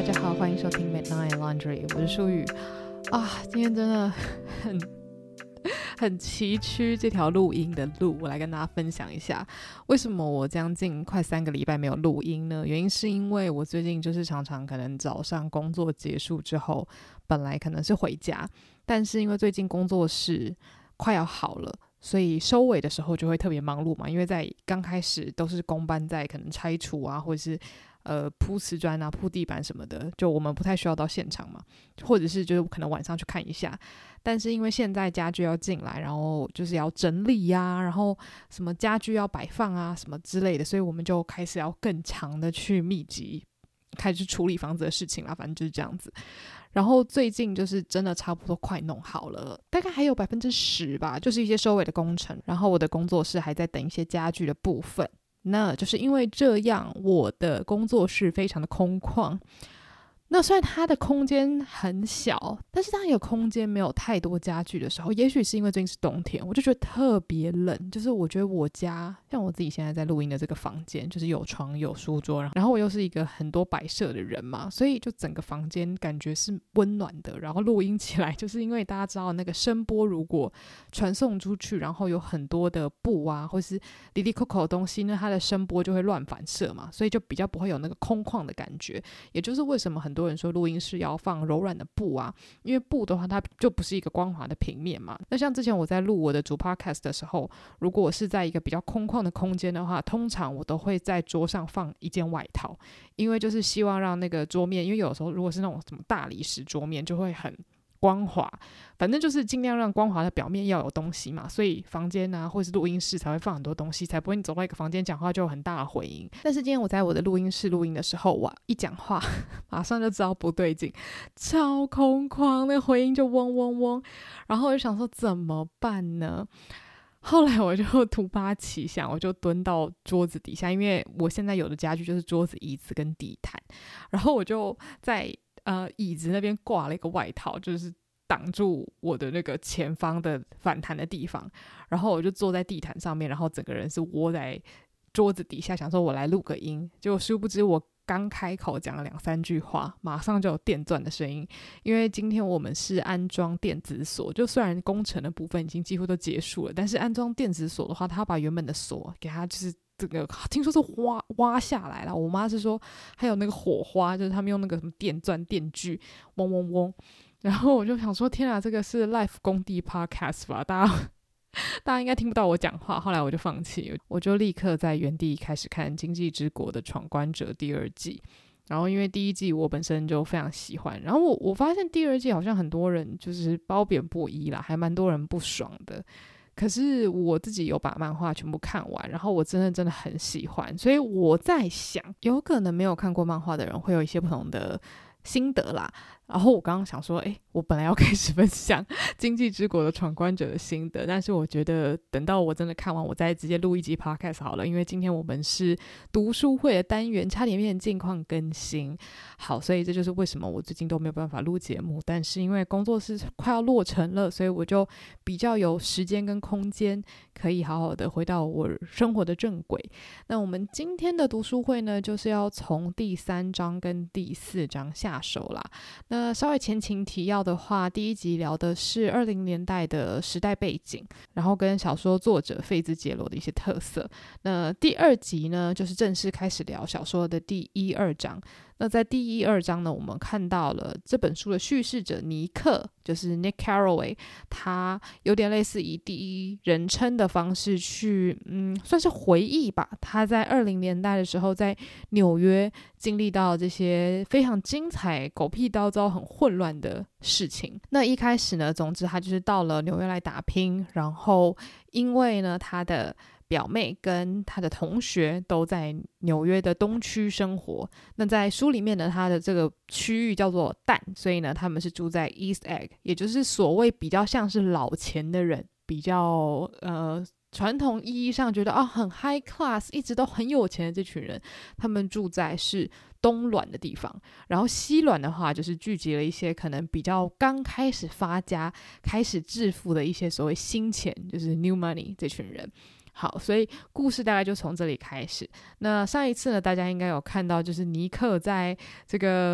家好，欢迎收听 Midnight Laundry， 我是舒雨今天真的很崎岖这条录音的路，我来跟大家分享一下为什么我将近快3个礼拜没有录音呢？原因是因为我最近就是常常可能早上工作结束之后，本来可能是回家，但是因为最近工作室快要好了，所以收尾的时候就会特别忙碌嘛，因为在刚开始都是工班在可能拆除啊，或者是铺瓷砖啊、铺地板什么的，就我们不太需要到现场嘛，或者是就是可能晚上去看一下。但是因为现在家具要进来，然后就是要整理啊，然后什么家具要摆放啊什么之类的，所以我们就开始要更长的去密集开始处理房子的事情啦，反正就是这样子。然后最近就是真的差不多快弄好了，大概还有10%吧，就是一些收尾的工程，然后我的工作室还在等一些家具的部分。那就是因为这样，我的工作室非常的空旷。那虽然它的空间很小，但是当有空间没有太多家具的时候，也许是因为最近是冬天，我就觉得特别冷。就是我觉得我家像我自己现在在录音的这个房间，就是有床有书桌，然后我又是一个很多摆设的人嘛，所以就整个房间感觉是温暖的。然后录音起来，就是因为大家知道那个声波如果传送出去，然后有很多的布啊或是里里扣扣的东西呢，它的声波就会乱反射嘛，所以就比较不会有那个空旷的感觉。也就是为什么很多人说录音室要放柔软的布啊，因为布的话它就不是一个光滑的平面嘛。那像之前我在录我的主 podcast 的时候，如果我是在一个比较空旷的空间的话，通常我都会在桌上放一件外套，因为就是希望让那个桌面，因为有时候如果是那种什么大理石桌面就会很光滑，反正就是尽量让光滑的表面要有东西嘛，所以房间啊或是录音室才会放很多东西，才不会你走到一个房间讲话就有很大的回音。但是今天我在我的录音室录音的时候，我一讲话马上就知道不对劲，超空旷，那个回音就嗡嗡嗡，然后我就想说怎么办呢？后来我就突发奇想，我就蹲到桌子底下，因为我现在有的家具就是桌子、椅子跟地毯，然后我就在椅子那边挂了一个外套，就是挡住我的那个前方的反弹的地方，然后我就坐在地毯上面，然后整个人是窝在桌子底下，想说我来录个音。结果殊不知我刚开口讲了2-3句话，马上就有电钻的声音。因为今天我们是安装电子锁，就虽然工程的部分已经几乎都结束了，但是安装电子锁的话，它要把原本的锁给它就是这个听说是挖下来了，我妈是说还有那个火花，就是他们用那个什么电钻电锯嗡嗡嗡，然后我就想说天啊，这个是 live 工地 podcast 吧，大家应该听不到我讲话。后来我就放弃，我就立刻在原地开始看《经济之国的闯关者》第2季。然后因为第1季我本身就非常喜欢，然后我发现第2季好像很多人就是褒贬不一啦，还蛮多人不爽的。可是我自己有把漫画全部看完，然后我真的很喜欢，所以我在想有可能没有看过漫画的人会有一些不同的心得啦。然后我刚刚想说我本来要开始分享经济之国的闯关者的心得，但是我觉得等到我真的看完，我再直接录一集 podcast 好了，因为今天我们是读书会的单元，差点变近况更新。好，所以这就是为什么我最近都没有办法录节目，但是因为工作室快要落成了，所以我就比较有时间跟空间可以好好的回到我生活的正轨。那我们今天的读书会呢，就是要从第3章跟第4章下手啦。那稍微前情提要的话，第1集聊的是20年代的时代背景，然后跟小说作者费兹杰罗的一些特色。那第2集呢，就是正式开始聊小说的第1、2章。那在第1、2章呢，我们看到了这本书的叙事者尼克，就是 Nick Carraway， 他有点类似以第一人称的方式去算是回忆吧，他在20年代的时候在纽约经历到这些非常精彩、狗屁叨叨、很混乱的事情。那一开始呢，总之他就是到了纽约来打拼，然后因为呢他的表妹跟他的同学都在纽约的东区生活，那在书里面呢，他的这个区域叫做蛋，所以呢他们是住在 East Egg， 也就是所谓比较像是老钱的人，比较传统意义上觉得很 high class 一直都很有钱的这群人，他们住在是东卵的地方。然后西卵的话就是聚集了一些可能比较刚开始发家开始致富的一些所谓新钱，就是 new money 这群人。好，所以故事大概就从这里开始。那上一次呢，大家应该有看到，就是尼克在这个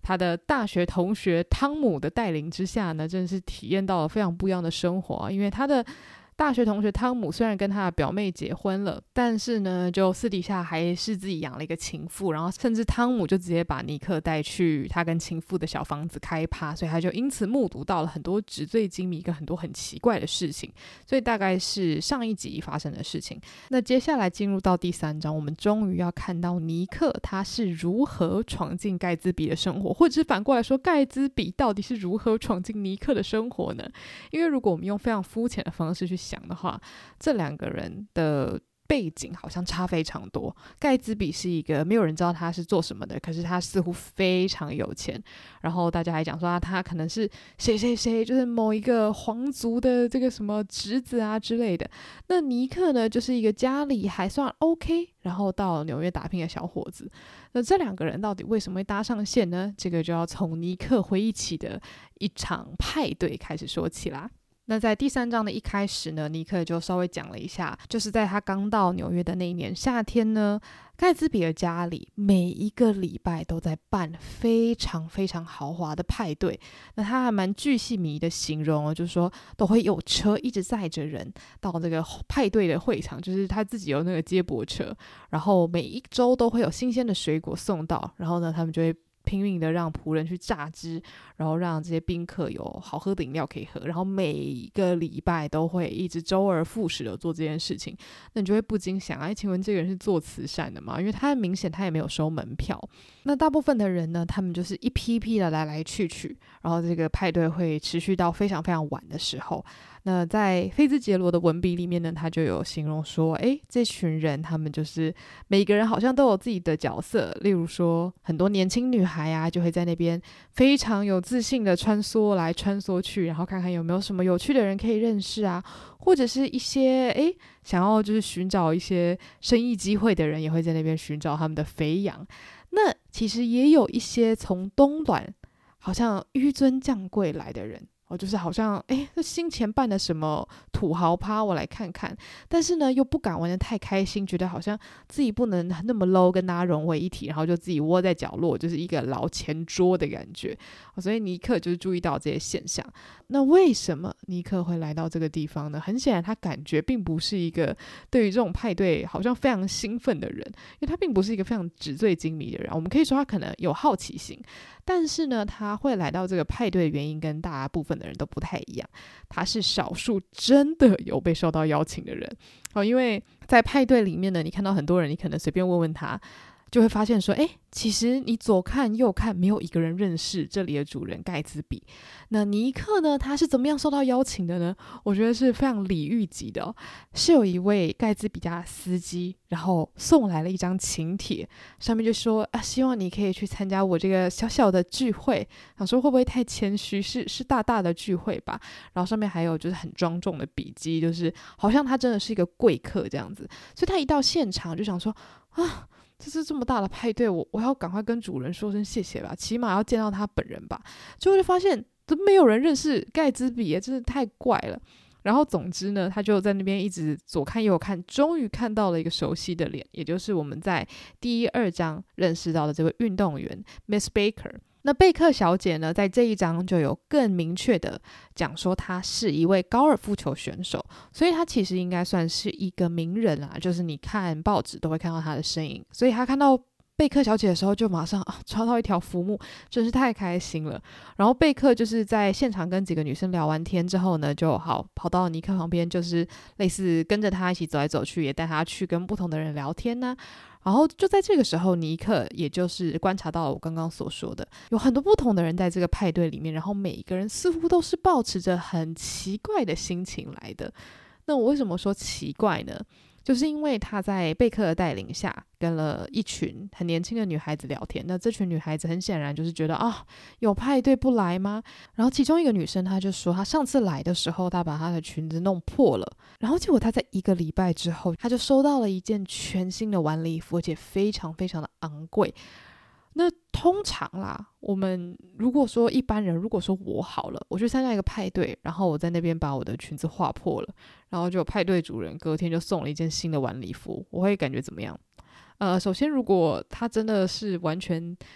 他的大学同学汤姆的带领之下呢，真的是体验到了非常不一样的生活啊。因为他的大学同学汤姆虽然跟他的表妹结婚了，但是呢就私底下还是自己养了一个情妇，然后甚至汤姆就直接把尼克带去他跟情妇的小房子开趴，所以他就因此目睹到了很多纸醉金迷跟很多很奇怪的事情。所以大概是上一集发生的事情。那接下来进入到第3章，我们终于要看到尼克他是如何闯进盖茨比的生活，或者是反过来说盖茨比到底是如何闯进尼克的生活呢？因为如果我们用非常肤浅的方式去想的话，这2个人的背景好像差非常多。盖茨比是一个没有人知道他是做什么的，可是他似乎非常有钱，然后大家还讲说他可能是谁谁谁，就是某一个皇族的这个什么侄子啊之类的。那尼克呢，就是一个家里还算 OK， 然后到纽约打拼的小伙子。那这2个人到底为什么会搭上线呢？这个就要从尼克回忆起的一场派对开始说起啦。那在第3章的一开始呢，尼克就稍微讲了一下，就是在他刚到纽约的那一年夏天呢，盖茨比的家里每一个礼拜都在办非常非常豪华的派对。那他还蛮巨细靡遗的形容哦，就是说都会有车一直载着人到这个派对的会场，就是他自己有那个接驳车，然后每一周都会有新鲜的水果送到，然后呢他们就会拼命的让仆人去榨汁，然后让这些宾客有好喝的饮料可以喝，然后每一个礼拜都会一直周而复始的做这件事情。那你就会不禁想，请问这个人是做慈善的吗？因为他很明显他也没有收门票。那大部分的人呢，他们就是一批批的来来去去，然后这个派对会持续到非常非常晚的时候。那在菲兹杰罗的文笔里面呢，他就有形容说，这群人他们就是每个人好像都有自己的角色，例如说很多年轻女孩啊，就会在那边非常有自信的穿梭来穿梭去，然后看看有没有什么有趣的人可以认识啊，或者是一些想要就是寻找一些生意机会的人，也会在那边寻找他们的肥羊。那其实也有一些从东莞好像纡尊降贵来的人，就是好像这新前办的什么土豪趴，我来看看，但是呢又不敢玩得太开心，觉得好像自己不能那么 low 跟大家融为一体，然后就自己窝在角落，就是一个老前桌的感觉。所以尼克就是注意到这些现象。那为什么尼克会来到这个地方呢？很显然他感觉并不是一个对于这种派对好像非常兴奋的人，因为他并不是一个非常纸醉金迷的人。我们可以说他可能有好奇心，但是呢他会来到这个派对的原因跟大部分的人都不太一样，他是少数真的有被受到邀请的人。因为在派对里面呢，你看到很多人，你可能随便问问他，就会发现说，其实你左看右看，没有一个人认识这里的主人盖茨比。那尼克呢，他是怎么样受到邀请的呢？我觉得是非常礼遇级的是有一位盖茨比家的司机，然后送来了一张请帖，上面就说希望你可以去参加我这个小小的聚会。想说会不会太谦虚，是大大的聚会吧。然后上面还有就是很庄重的笔记，就是好像他真的是一个贵客这样子。所以他一到现场就想说这是这么大的派对，我要赶快跟主人说声谢谢吧，起码要见到他本人吧。结果就发现都没有人认识盖茨比耶，真是太怪了。然后总之呢，他就在那边一直左看右看，终于看到了一个熟悉的脸，也就是我们在第2章认识到的这位运动员 Miss Baker。那贝克小姐呢，在这一章就有更明确的讲说她是一位高尔夫球选手，所以她其实应该算是一个名人啦，就是你看报纸都会看到她的身影。所以她看到贝克小姐的时候就马上抓到一条浮木，真是太开心了。然后贝克就是在现场跟几个女生聊完天之后呢，就跑到尼克旁边，就是类似跟着他一起走来走去，也带他去跟不同的人聊天啊。然后就在这个时候，尼克也就是观察到了我刚刚所说的，有很多不同的人在这个派对里面，然后每一个人似乎都是抱持着很奇怪的心情来的。那我为什么说奇怪呢？就是因为他在贝克的带领下跟了一群很年轻的女孩子聊天，那这群女孩子很显然就是觉得有派对不来吗？然后其中一个女生她就说，她上次来的时候她把她的裙子弄破了，然后结果她在1个礼拜之后她就收到了一件全新的晚礼服，而且非常非常的昂贵。那通常啦，我们如果说一般人，如果说我好了，我去参加一个派对，然后我在那边把我的裙子划破了，然后就派对主人隔天就送了一件新的晚礼服，我会感觉怎么样？首先如果他真的是完全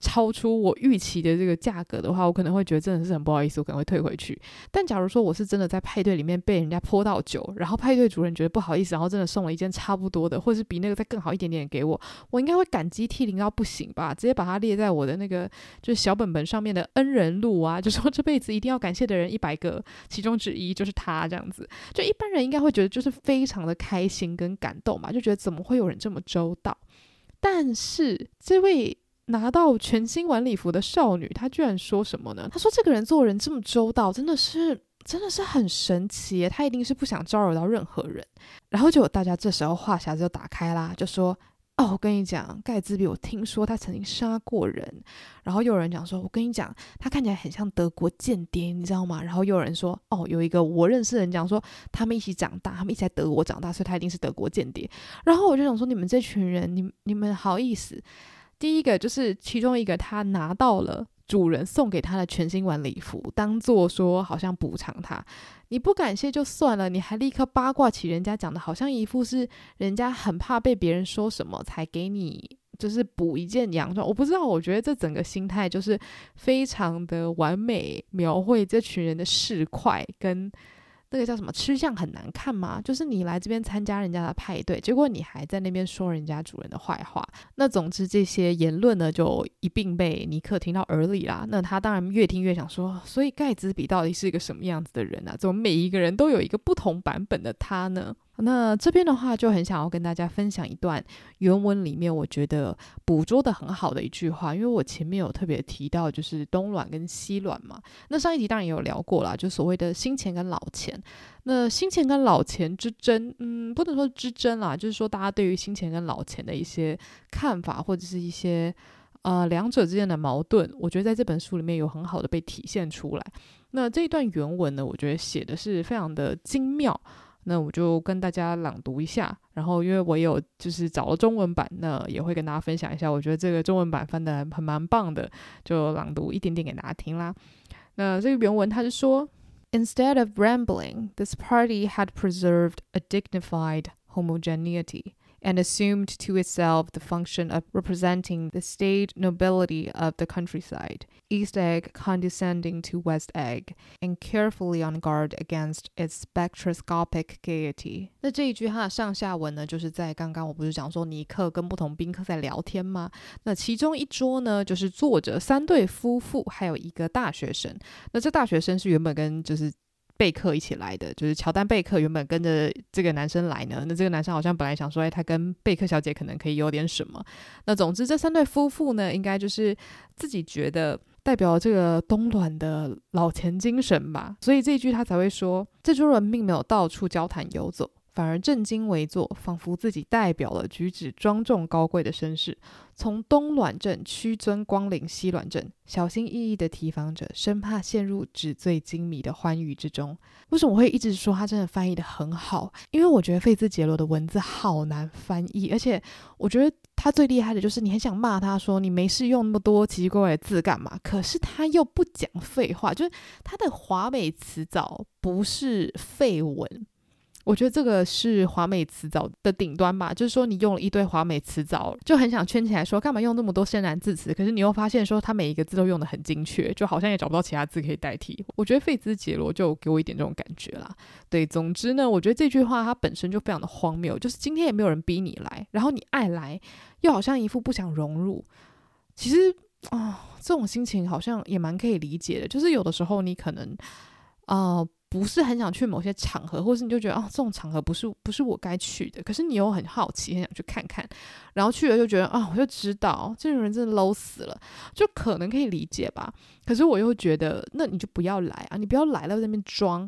超出我预期的这个价格的话，我可能会觉得真的是很不好意思，我可能会退回去。但假如说我是真的在派对里面被人家泼到酒，然后派对主人觉得不好意思，然后真的送了一件差不多的，或是比那个再更好一点点给我，我应该会感激涕零到不行吧，直接把它列在我的那个就是小本本上面的恩人录啊，就说这辈子一定要感谢的人100个，其中之一就是他这样子。就一般人应该会觉得就是非常的开心跟感动嘛，就觉得怎么会有人这么周到。但是这位拿到全新晚礼服的少女，她居然说什么呢？她说这个人做人这么周到，真的是很神奇耶，他一定是不想招惹到任何人。然后就大家这时候话匣子就打开啦，就说我跟你讲，盖茨比我听说他曾经杀过人。然后又有人讲说，我跟你讲，他看起来很像德国间谍，你知道吗？然后又有人说，有一个我认识的人讲说，他们一起长大，他们一起在德国长大，所以他一定是德国间谍。然后我就想说，你们这群人，你们好意思？第一个就是其中一个，他拿到了主人送给他的全新晚礼服，当作说好像补偿他，你不感谢就算了，你还立刻八卦起人家，讲的好像一副是人家很怕被别人说什么才给你就是补一件洋装。我不知道，我觉得这整个心态就是非常的完美描绘这群人的市侩跟那个叫什么吃相很难看吗？就是你来这边参加人家的派对，结果你还在那边说人家主人的坏话。那总之这些言论呢就一并被尼克听到耳里啦。那他当然越听越想说，所以盖茨比到底是一个什么样子的人啊？怎么每一个人都有一个不同版本的他呢？那这边的话就很想要跟大家分享一段原文里面我觉得捕捉的很好的一句话。因为我前面有特别提到就是东卵跟西卵嘛，那上一集当然也有聊过啦，就所谓的新钱跟老钱。那新钱跟老钱之争，不能说之争啦，就是说大家对于新钱跟老钱的一些看法，或者是一些两者之间的矛盾，我觉得在这本书里面有很好的被体现出来。那这一段原文呢，我觉得写的是非常的精妙，那我就跟大家朗读一下。然后因为我有就是找了中文版，那也会跟大家分享一下，我觉得这个中文版翻得还蛮棒的，就朗读一点点给大家听啦。那这个原文它是说， Instead of rambling, this party had preserved a dignified homogeneity and assumed to itself the function of representing the staid nobility of the countryside, East Egg condescending to West Egg, and carefully on guard against its spectroscopic gaiety. 那这一句它的上下文呢，就是在刚刚我不是讲说尼克跟不同宾客在聊天吗？那其中一桌呢，就是坐着3对夫妇，还有一个大学生。那这大学生是原本跟就是贝克一起来的，就是乔丹贝克原本跟着这个男生来呢，那这个男生好像本来想说他跟贝克小姐可能可以有点什么。那总之这3对夫妇呢，应该就是自己觉得代表这个东卵的老钱精神吧，所以这一句他才会说，这桌人并没有到处交谈游走，反而正襟危坐，仿佛自己代表了举止庄重高贵的绅士，从东卵镇屈尊光临西卵镇，小心翼翼地提防着，生怕陷入纸醉金迷的欢愉之中。为什么我会一直说他真的翻译得很好？因为我觉得费兹杰罗的文字好难翻译，而且我觉得他最厉害的就是你很想骂他说你没事用那么多奇奇怪怪的字干嘛，可是他又不讲废话，就是他的华美辞藻不是废文。我觉得这个是华美辞藻的顶端吧，就是说你用了一堆华美辞藻，就很想圈起来说干嘛用那么多深难字词，可是你又发现说他每一个字都用得很精确，就好像也找不到其他字可以代替。我觉得费兹杰罗就给我一点这种感觉啦。对，总之呢，我觉得这句话它本身就非常的荒谬，就是今天也没有人逼你来，然后你爱来又好像一副不想融入。其实这种心情好像也蛮可以理解的，就是有的时候你可能不是很想去某些场合，或是你就觉得这种场合不是我该去的，可是你又很好奇，很想去看看，然后去了就觉得我就知道这种人真的 low 死了，就可能可以理解吧。可是我又觉得那你就不要来啊，你不要来了在那边装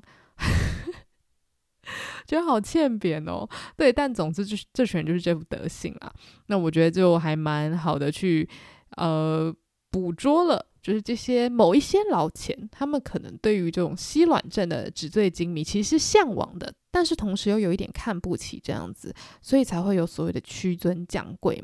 觉得好欠扁哦。对，但总之这群人就是这副德行啦。那我觉得就还蛮好的去捕捉了就是这些某一些老钱，他们可能对于这种西卵镇的纸醉金迷其实是向往的，但是同时又有一点看不起这样子，所以才会有所谓的屈尊降贵嘛。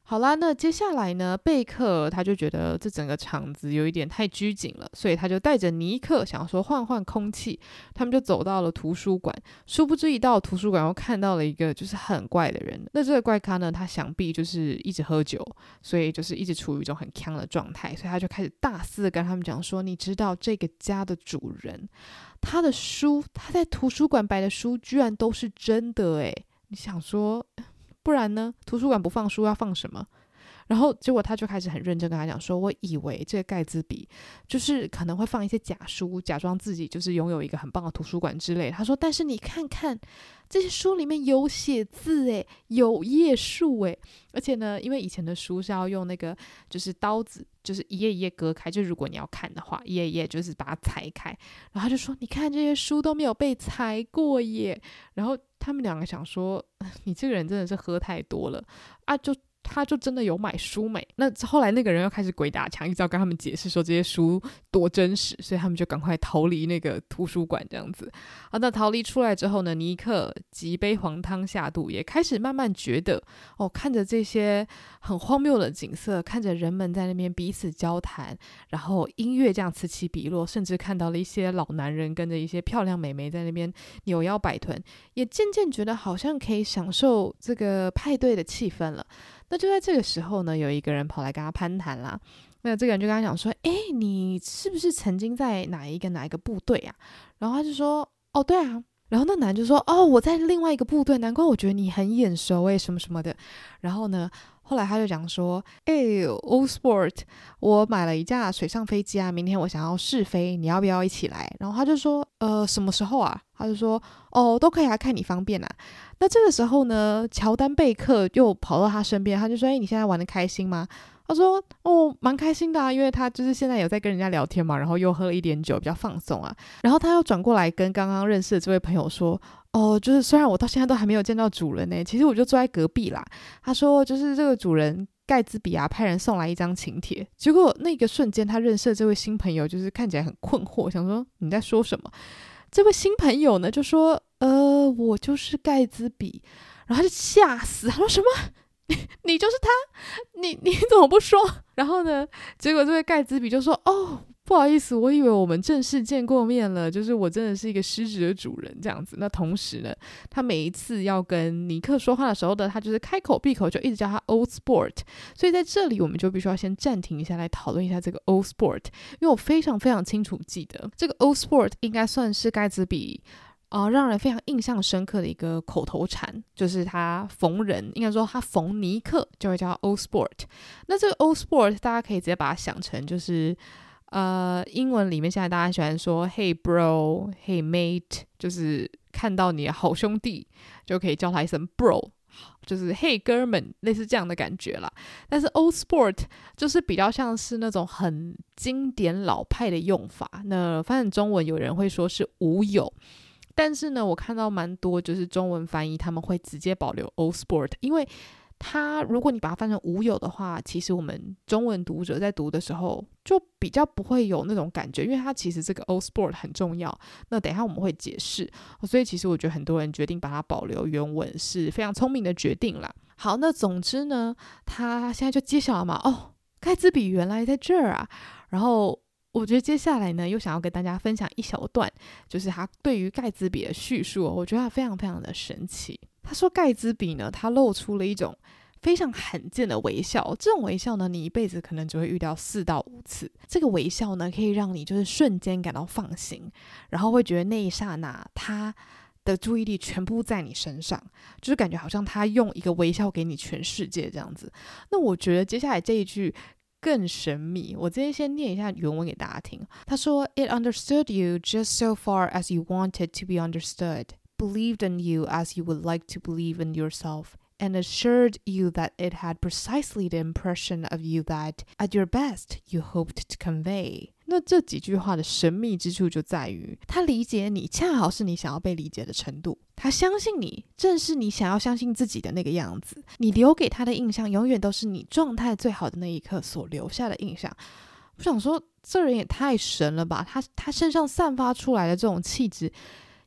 好啦，那接下来呢，贝克他就觉得这整个场子有一点太拘谨了，所以他就带着尼克想说换换空气，他们就走到了图书馆。殊不知一到图书馆又看到了一个就是很怪的人。那这个怪咖呢，他想必就是一直喝酒，所以就是一直处于一种很呛的状态，所以他就开始大肆的跟他们讲说，你知道这个家的主人，他的书，他在图书馆摆的书居然都是真的诶。你想说不然呢？图书馆不放书要放什么？然后结果他就开始很认真跟他讲说，我以为这个盖茨比就是可能会放一些假书，假装自己就是拥有一个很棒的图书馆之类的。他说但是你看看这些书里面有写字诶，有页数诶，而且呢因为以前的书是要用那个就是刀子，就是一页一页割开，就如果你要看的话一页一页就是把它裁开，然后他就说你看这些书都没有被裁过耶。然后他们两个想说你这个人真的是喝太多了啊，他就真的有买书没？那后来那个人又开始鬼打墙，一直要跟他们解释说这些书多真实，所以他们就赶快逃离那个图书馆这样子。那逃离出来之后呢，尼克几杯黄汤下肚，也开始慢慢觉得看着这些很荒谬的景色，看着人们在那边彼此交谈，然后音乐这样此起彼落，甚至看到了一些老男人跟着一些漂亮美眉在那边扭腰摆臀，也渐渐觉得好像可以享受这个派对的气氛了。那就在这个时候呢，有一个人跑来跟他攀谈啦。那这个人就跟他讲说，你是不是曾经在哪一个部队啊？然后他就说，对啊。然后那男就说，我在另外一个部队，难怪我觉得你很眼熟什么什么的。然后呢，后来他就讲说，Old Sport， 我买了一架水上飞机啊，明天我想要试飞，你要不要一起来？然后他就说，什么时候啊？他就说，都可以啊，看你方便啊。那这个时候呢，乔丹贝克又跑到他身边，他就说，你现在玩得开心吗？他说，蛮开心的啊，因为他就是现在有在跟人家聊天嘛，然后又喝了一点酒，比较放松啊。然后他又转过来跟刚刚认识的这位朋友说，就是虽然我到现在都还没有见到主人呢，其实我就住在隔壁啦。他说就是这个主人盖茨比啊派人送来一张请帖，结果那个瞬间他认识的这位新朋友就是看起来很困惑，想说你在说什么？这位新朋友呢就说我就是盖茨比。然后他就吓死，他说什么你就是他，你怎么不说？然后呢，结果这位盖茨比就说，不好意思，我以为我们正式见过面了，就是我真的是一个失职的主人这样子。那同时呢，他每一次要跟尼克说话的时候呢，他就是开口闭口就一直叫他 Old Sport。所以在这里我们就必须要先暂停一下，来讨论一下这个 Old Sport， 因为我非常非常清楚记得这个 Old Sport 应该算是盖茨比让人非常印象深刻的一个口头禅，就是他逢人，应该说他逢尼克就会叫 Old Sport。 那这个 Old Sport 大家可以直接把它想成就是英文里面现在大家喜欢说 Hey bro Hey mate， 就是看到你的好兄弟就可以叫他一声 bro， 就是 Hey 哥们，类似这样的感觉啦。但是 Old Sport 就是比较像是那种很经典老派的用法，那翻译中文有人会说是无友，但是呢我看到蛮多就是中文翻译他们会直接保留 Old Sport， 因为它如果你把它翻成无友的话，其实我们中文读者在读的时候就比较不会有那种感觉，因为它其实这个 Old Sport 很重要，那等一下我们会解释，所以其实我觉得很多人决定把它保留原文是非常聪明的决定啦。好，那总之呢他现在就揭晓了嘛，盖茨比原来在这儿啊。然后我觉得接下来呢又想要跟大家分享一小段，就是他对于盖茨比的叙述，我觉得他非常非常的神奇。他说盖茨比呢他露出了一种非常罕见的微笑，这种微笑呢你一辈子可能只会遇到4到5次，这个微笑呢可以让你就是瞬间感到放心，然后会觉得那一刹那他的注意力全部在你身上，就是感觉好像他用一个微笑给你全世界这样子。那我觉得接下来这一句更神秘，我直接先念一下原文给大家听。他说 It understood you just so far as you wanted to be understood, believed in you as you would like to believe in yourself, and assured you that it had precisely the impression of you that, at your best, you hoped to convey. 那这几句话的神秘之处就在于他理解你恰好是你想要被理解的程度，他相信你正是你想要相信自己的那个样子，你留给他的印象永远都是你状态最好的那一刻所留下的印象。我想说这人也太神了吧，他身上散发出来的这种气质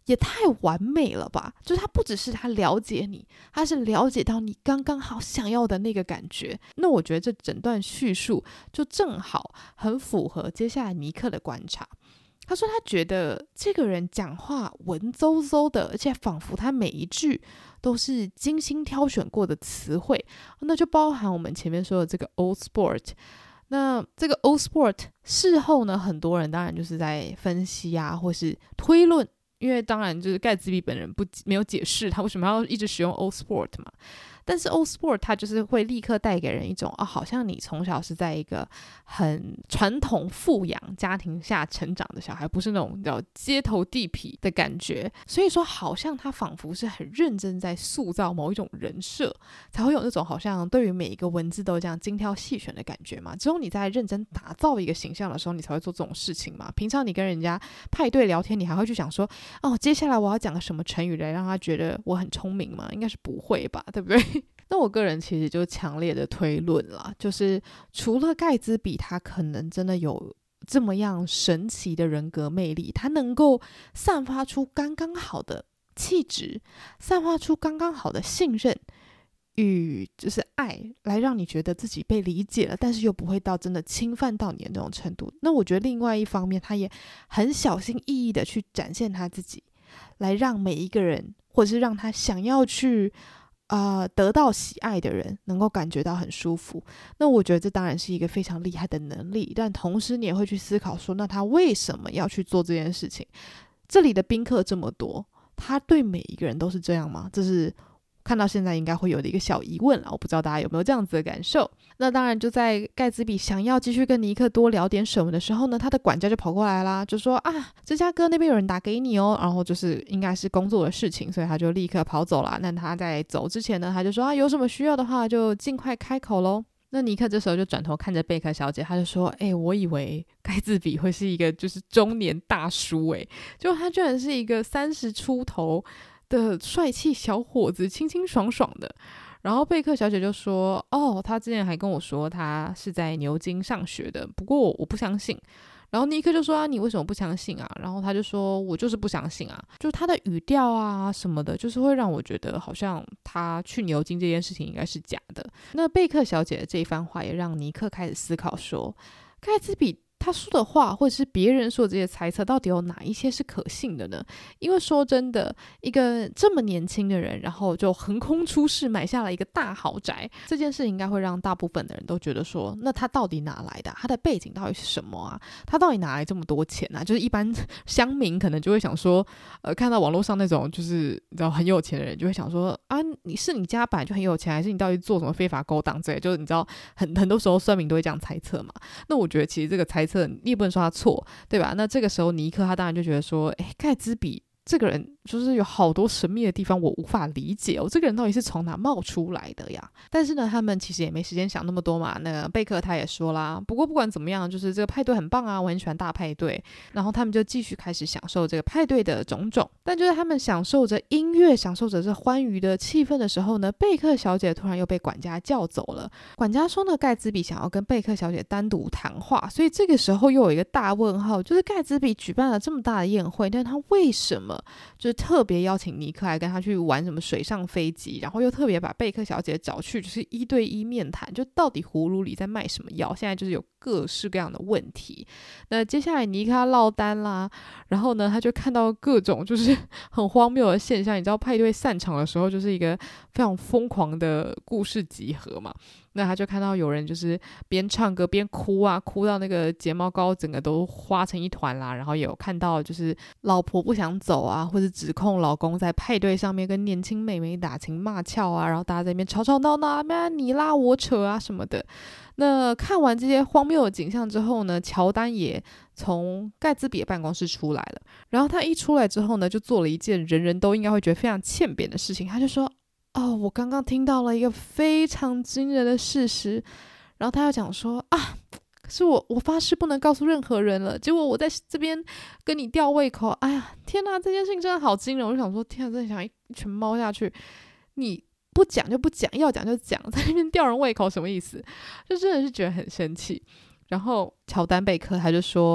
也太完美了吧，就是他不只是他了解你，他是了解到你刚刚好想要的那个感觉。那我觉得这整段叙述就正好很符合接下来尼克的观察。他说他觉得这个人讲话文绉绉的，而且仿佛他每一句都是精心挑选过的词汇，那就包含我们前面说的这个 old sport。那这个 old sport 事后呢，很多人当然就是在分析啊，或是推论，因为当然就是盖茨比本人没有解释他为什么要一直使用 old sport 嘛。但是 old sport 它就是会立刻带给人一种好像你从小是在一个很传统富养家庭下成长的小孩，不是那种叫街头地痞的感觉。所以说好像他仿佛是很认真在塑造某一种人设，才会有那种好像对于每一个文字都这样精挑细选的感觉嘛。只有你在认真打造一个形象的时候，你才会做这种事情嘛。平常你跟人家派对聊天，你还会去想说接下来我要讲个什么成语来让他觉得我很聪明吗？应该是不会吧，对不对？那我个人其实就强烈的推论啦，就是除了盖茨比他可能真的有这么样神奇的人格魅力，他能够散发出刚刚好的气质，散发出刚刚好的信任与就是爱，来让你觉得自己被理解了，但是又不会到真的侵犯到你的那种程度。那我觉得另外一方面，他也很小心翼翼的去展现他自己，来让每一个人，或者是让他想要去得到喜爱的人能够感觉到很舒服。那我觉得这当然是一个非常厉害的能力，但同时你也会去思考说，那他为什么要去做这件事情？这里的宾客这么多，他对每一个人都是这样吗？这是看到现在应该会有的一个小疑问了，我不知道大家有没有这样子的感受。那当然就在盖茨比想要继续跟尼克多聊点什么的时候呢，他的管家就跑过来啦，就说芝加哥那边有人打给你哦，然后就是应该是工作的事情，所以他就立刻跑走了。那他在走之前呢，他就说有什么需要的话就尽快开口咯。那尼克这时候就转头看着贝克小姐，他就说我以为盖茨比会是一个就是中年大叔结果他居然是一个30出头的帅气小伙子，清清爽爽的。然后贝克小姐就说他之前还跟我说他是在牛津上学的，不过我不相信。然后尼克就说你为什么不相信啊？然后他就说我就是不相信啊，就是他的语调啊什么的，就是会让我觉得好像他去牛津这件事情应该是假的。那贝克小姐的这一番话也让尼克开始思考说，盖茨比他说的话或者是别人说的这些猜测到底有哪一些是可信的呢？因为说真的，一个这么年轻的人然后就横空出世买下了一个大豪宅，这件事应该会让大部分的人都觉得说，那他到底哪来的他的背景到底是什么啊？他到底哪来这么多钱啊？就是一般乡民可能就会想说看到网络上那种就是你知道很有钱的人就会想说你家本来就很有钱，还是你到底做什么非法勾当之类，就是你知道很多时候酸民都会这样猜测嘛。那我觉得其实这个猜测你也不能说他错，对吧？那这个时候尼克他当然就觉得说盖茨比这个人就是有好多神秘的地方我无法理解这个人到底是从哪冒出来的呀？但是呢他们其实也没时间想那么多嘛。那贝克他也说啦，不过不管怎么样，就是这个派对很棒啊，我很喜欢大派对。然后他们就继续开始享受这个派对的种种。但就在他们享受着音乐，享受着这欢愉的气氛的时候呢，贝克小姐突然又被管家叫走了。管家说呢，盖茨比想要跟贝克小姐单独谈话。所以这个时候又有一个大问号，就是盖茨比举办了这么大的宴会，但他为什么就是特别邀请尼克来跟他去玩什么水上飞机，然后又特别把贝克小姐找去就是1对1面谈，就到底葫芦里在卖什么药？现在就是有各式各样的问题。那接下来尼克他落单啦，然后呢他就看到各种就是很荒谬的现象。你知道派对散场的时候就是一个非常疯狂的故事集合嘛，那他就看到有人就是边唱歌边哭啊，哭到那个睫毛膏整个都花成一团啦。然后也有看到就是老婆不想走啊，或者指控老公在派对上面跟年轻妹妹打情骂俏啊，然后大家在那边吵吵闹闹啊，你拉我扯啊什么的。那看完这些荒谬的景象之后呢，乔丹也从盖茨比的办公室出来了。然后他一出来之后呢，就做了一件人人都应该会觉得非常欠扁的事情，他就说我刚刚听到了一个非常惊人的事实。然后他要讲说可是我发誓不能告诉任何人了，结果我在这边跟你吊胃口，哎呀天哪，这件事情真的好惊人。我就想说天哪，真的想一拳猫下去，你不讲就不讲，要讲就讲，在那边吊人胃口什么意思？就真的是觉得很生气。然后乔丹贝克他就说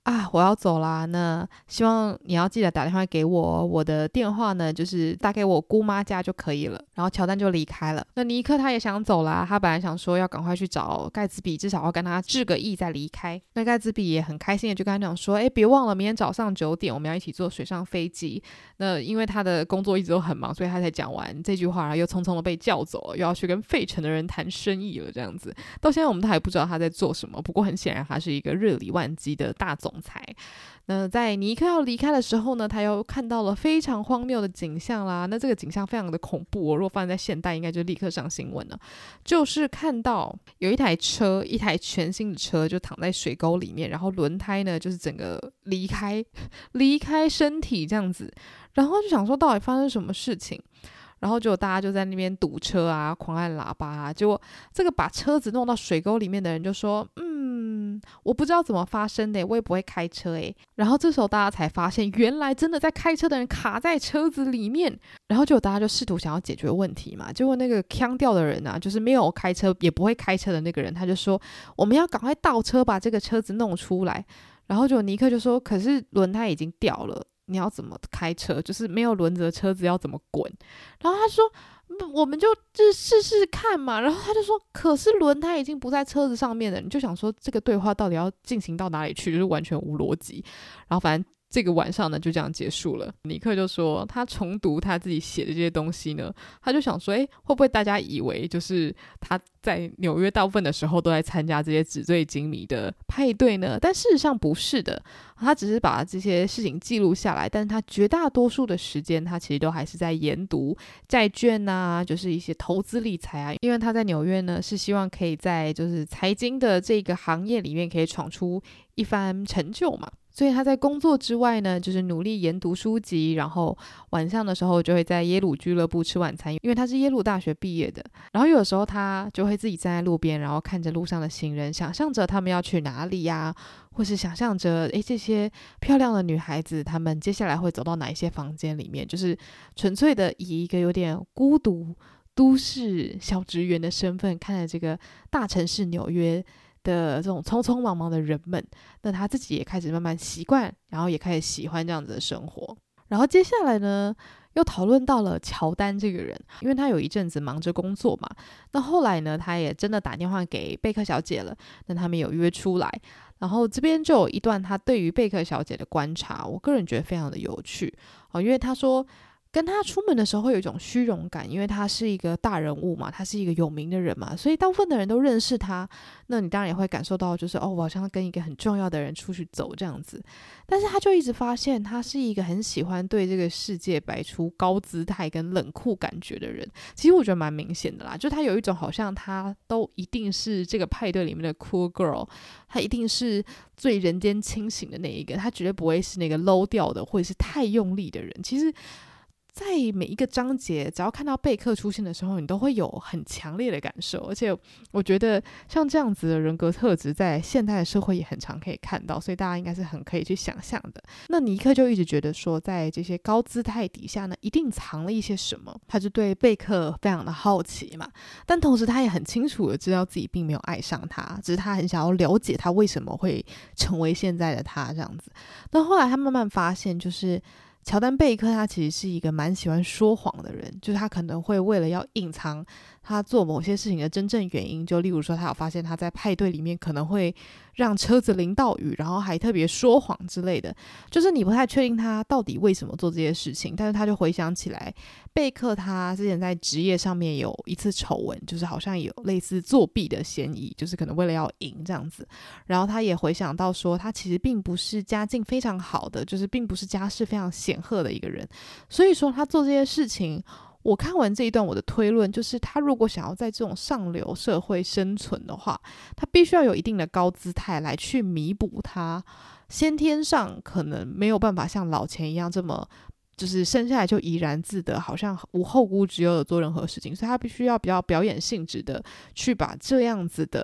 我要走啦，那希望你要记得打电话给我，我的电话呢就是打给我姑妈家就可以了。然后乔丹就离开了。那尼克他也想走啦，他本来想说要赶快去找盖茨比，至少要跟他致个意再离开。那盖茨比也很开心的就跟他讲说，别忘了明天早上9点我们要一起坐水上飞机。那因为他的工作一直都很忙，所以他才讲完这句话，然后又匆匆的被叫走了，又要去跟费城的人谈生意了这样子。到现在我们都还不知道他在做什么，不过很显然他是一个日理万机的大总裁。那在尼克要离开的时候呢，他又看到了非常荒谬的景象啦。那这个景象非常的恐怖，如果放在现代应该就立刻上新闻了。就是看到有一台全新的车就躺在水沟里面，然后轮胎呢就是整个离开身体这样子。然后就想说到底发生什么事情，然后就大家就在那边堵车啊，狂按喇叭啊。结果这个把车子弄到水沟里面的人就说我不知道怎么发生的，我也不会开车然后这时候大家才发现，原来真的在开车的人卡在车子里面。然后结果大家就试图想要解决问题嘛。结果那个呛掉的人啊，就是没有开车也不会开车的那个人，他就说我们要赶快倒车把这个车子弄出来。然后就尼克就说可是轮胎已经掉了，你要怎么开车？就是没有轮子的车子要怎么滚？然后他说我们就试试看嘛。然后他就说可是轮胎已经不在车子上面了。你就想说这个对话到底要进行到哪里去，就是完全无逻辑。然后反正这个晚上呢就这样结束了。尼克就说他重读他自己写的这些东西呢，他就想说会不会大家以为就是他在纽约大部分的时候都在参加这些纸醉金迷的派对呢？但事实上不是的，他只是把这些事情记录下来，但是他绝大多数的时间他其实都还是在研读债券啊，就是一些投资理财啊。因为他在纽约呢是希望可以在就是财经的这个行业里面可以闯出一番成就嘛。所以他在工作之外呢，就是努力研读书籍，然后晚上的时候就会在耶鲁俱乐部吃晚餐，因为他是耶鲁大学毕业的。然后有的时候他就会自己站在路边，然后看着路上的行人，想象着他们要去哪里呀，或是想象着这些漂亮的女孩子她们接下来会走到哪一些房间里面，就是纯粹的以一个有点孤独都市小职员的身份看着这个大城市纽约的这种匆匆忙忙的人们。那他自己也开始慢慢习惯，然后也开始喜欢这样子的生活。然后接下来呢又讨论到了乔丹这个人，因为他有一阵子忙着工作嘛。那后来呢他也真的打电话给贝克小姐了，那他们有约出来。然后这边就有一段他对于贝克小姐的观察，我个人觉得非常的有趣因为他说跟他出门的时候会有一种虚荣感，因为他是一个大人物嘛，他是一个有名的人嘛，所以大部分的人都认识他。那你当然也会感受到就是我好像跟一个很重要的人出去走这样子。但是他就一直发现他是一个很喜欢对这个世界摆出高姿态跟冷酷感觉的人。其实我觉得蛮明显的啦，就他有一种好像他都一定是这个派对里面的 cool girl， 他一定是最人间清醒的那一个，他绝对不会是那个 low 掉的或者是太用力的人。其实在每一个章节只要看到贝克出现的时候，你都会有很强烈的感受。而且我觉得像这样子的人格特质在现代的社会也很常可以看到，所以大家应该是很可以去想象的。那尼克就一直觉得说在这些高姿态底下呢一定藏了一些什么，他就对贝克非常的好奇嘛。但同时他也很清楚的知道自己并没有爱上他，只是他很想要了解他为什么会成为现在的他这样子。那后来他慢慢发现，就是乔丹贝克他其实是一个蛮喜欢说谎的人，就是他可能会为了要隐藏他做某些事情的真正原因，就例如说他有发现他在派对里面可能会让车子淋到雨，然后还特别说谎之类的，就是你不太确定他到底为什么做这些事情。但是他就回想起来贝克他之前在职业上面有一次丑闻，就是好像有类似作弊的嫌疑，就是可能为了要赢这样子。然后他也回想到说他其实并不是家境非常好的，就是并不是家世非常显赫的一个人，所以说他做这些事情，我看完这一段我的推论就是他如果想要在这种上流社会生存的话，他必须要有一定的高姿态来去弥补他先天上可能没有办法像老钱一样这么就是生下来就怡然自得，好像无后顾之忧的做任何事情，所以他必须要比较表演性质的去把这样子的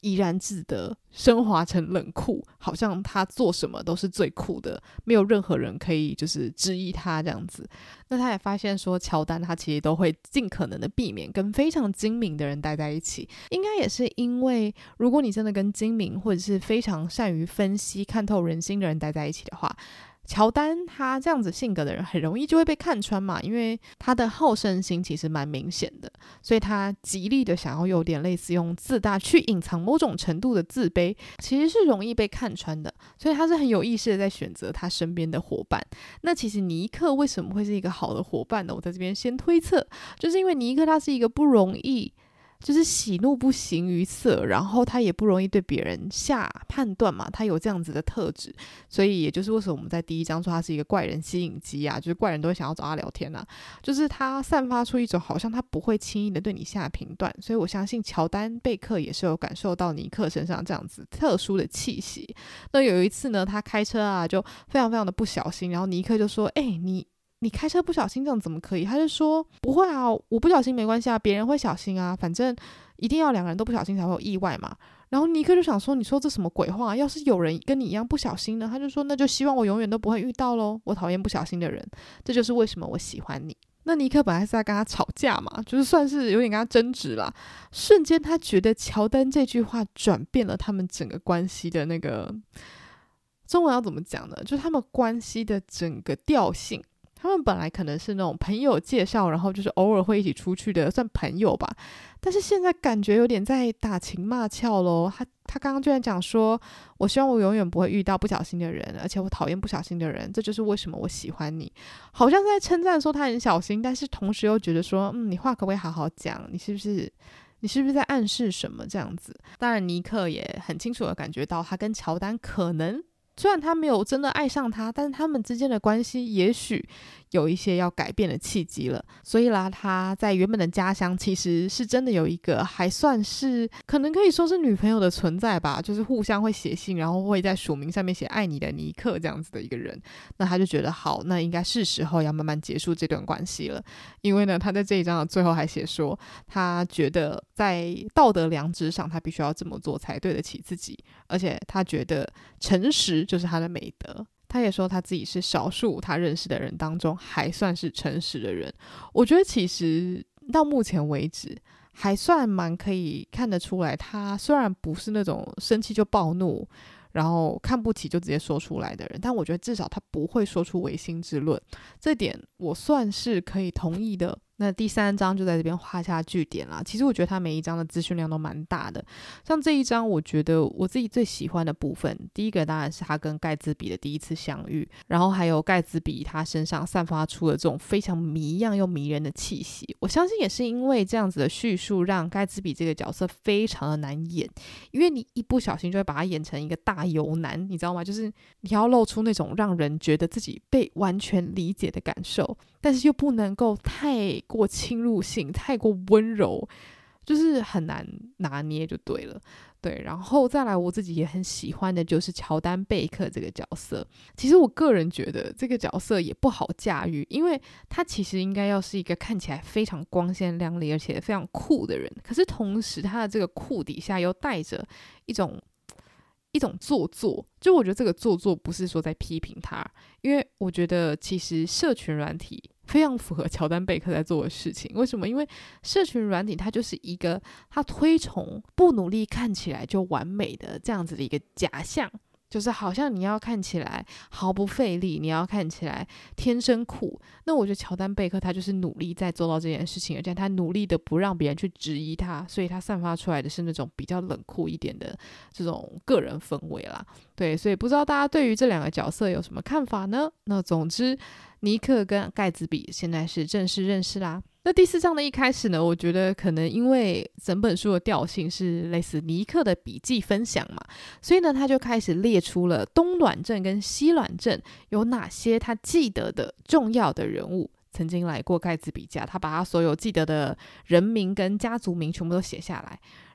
怡然自得，升华成冷酷，好像他做什么都是最酷的，没有任何人可以就是质疑他这样子。那他也发现说，乔丹他其实都会尽可能的避免跟非常精明的人待在一起，应该也是因为如果你真的跟精明或者是非常善于分析看透人心的人待在一起的话，乔丹他这样子性格的人很容易就会被看穿嘛，因为他的好胜心其实蛮明显的，所以他极力的想要有点类似用自大去隐藏某种程度的自卑，其实是容易被看穿的，所以他是很有意识的在选择他身边的伙伴。那其实尼克为什么会是一个好的伙伴呢？我在这边先推测，就是因为尼克他是一个不容易就是喜怒不形于色，然后他也不容易对别人下判断嘛，他有这样子的特质，所以也就是为什么我们在第一章说他是一个怪人吸引机啊，就是怪人都会想要找他聊天啊，就是他散发出一种好像他不会轻易的对你下评断，所以我相信乔丹贝克也是有感受到尼克身上这样子特殊的气息。那有一次呢，他开车啊就非常非常的不小心，然后尼克就说你开车不小心这样怎么可以？他就说不会啊，我不小心没关系啊，别人会小心啊，反正一定要两个人都不小心才会有意外嘛。然后尼克就想说，你说这什么鬼话？要是有人跟你一样不小心呢？他就说那就希望我永远都不会遇到咯，我讨厌不小心的人，这就是为什么我喜欢你。那尼克本来是在跟他吵架嘛，就是算是有点跟他争执啦，瞬间他觉得乔丹这句话转变了他们整个关系的那个中文要怎么讲呢？就是他们关系的整个调性。他们本来可能是那种朋友介绍，然后就是偶尔会一起出去的，算朋友吧。但是现在感觉有点在打情骂俏咯。他刚刚居然讲说，我希望我永远不会遇到不小心的人，而且我讨厌不小心的人，这就是为什么我喜欢你。好像是在称赞说他很小心，但是同时又觉得说，你话可不可以好好讲？你是不是在暗示什么这样子？当然，尼克也很清楚的感觉到，他跟乔丹可能。虽然他没有真的爱上他，但是他们之间的关系也许有一些要改变的契机了。所以啦，他在原本的家乡其实是真的有一个还算是可能可以说是女朋友的存在吧，就是互相会写信，然后会在署名上面写爱你的尼克这样子的一个人。那他就觉得好，那应该是时候要慢慢结束这段关系了。因为呢，他在这一章的最后还写说，他觉得在道德良知上他必须要这么做才对得起自己，而且他觉得诚实就是他的美德。他也说他自己是少数他认识的人当中还算是诚实的人。我觉得其实到目前为止还算蛮可以看得出来，他虽然不是那种生气就暴怒然后看不起就直接说出来的人，但我觉得至少他不会说出违心之论，这点我算是可以同意的。那第3章就在这边画下句点啦。其实我觉得他每一章的资讯量都蛮大的，像这一章我觉得我自己最喜欢的部分，第一个当然是他跟盖茨比的第一次相遇，然后还有盖茨比他身上散发出的这种非常迷样又迷人的气息。我相信也是因为这样子的叙述让盖茨比这个角色非常的难演，因为你一不小心就会把他演成一个大油男，你知道吗？就是你要露出那种让人觉得自己被完全理解的感受，但是又不能够太过侵入性，太过温柔，就是很难拿捏就对了。对，然后再来我自己也很喜欢的就是乔丹贝克这个角色。其实我个人觉得这个角色也不好驾驭，因为他其实应该要是一个看起来非常光鲜亮丽而且非常酷的人，可是同时他的这个酷底下又带着一种做作。就我觉得这个做作不是说在批评他，因为我觉得其实社群软体非常符合乔丹贝克在做的事情。为什么？因为社群软体它就是一个他推崇不努力看起来就完美的这样子的一个假象，就是好像你要看起来毫不费力，你要看起来天生酷。那我觉得乔丹贝克他就是努力在做到这件事情，而且他努力的不让别人去质疑他，所以他散发出来的是那种比较冷酷一点的这种个人氛围啦。对，所以不知道大家对于这两个角色有什么看法呢？那总之尼克跟盖茨比现在是正式认识啦。那第4章的一开始呢，我觉得可能因为整本书的调性是类似尼克的笔记分享嘛，所以呢他就开始列出了东卵镇跟西卵镇有哪些他记得的重要的人物曾经来过盖茨比家，他把他所有记得的人名跟家族名全部都写下来。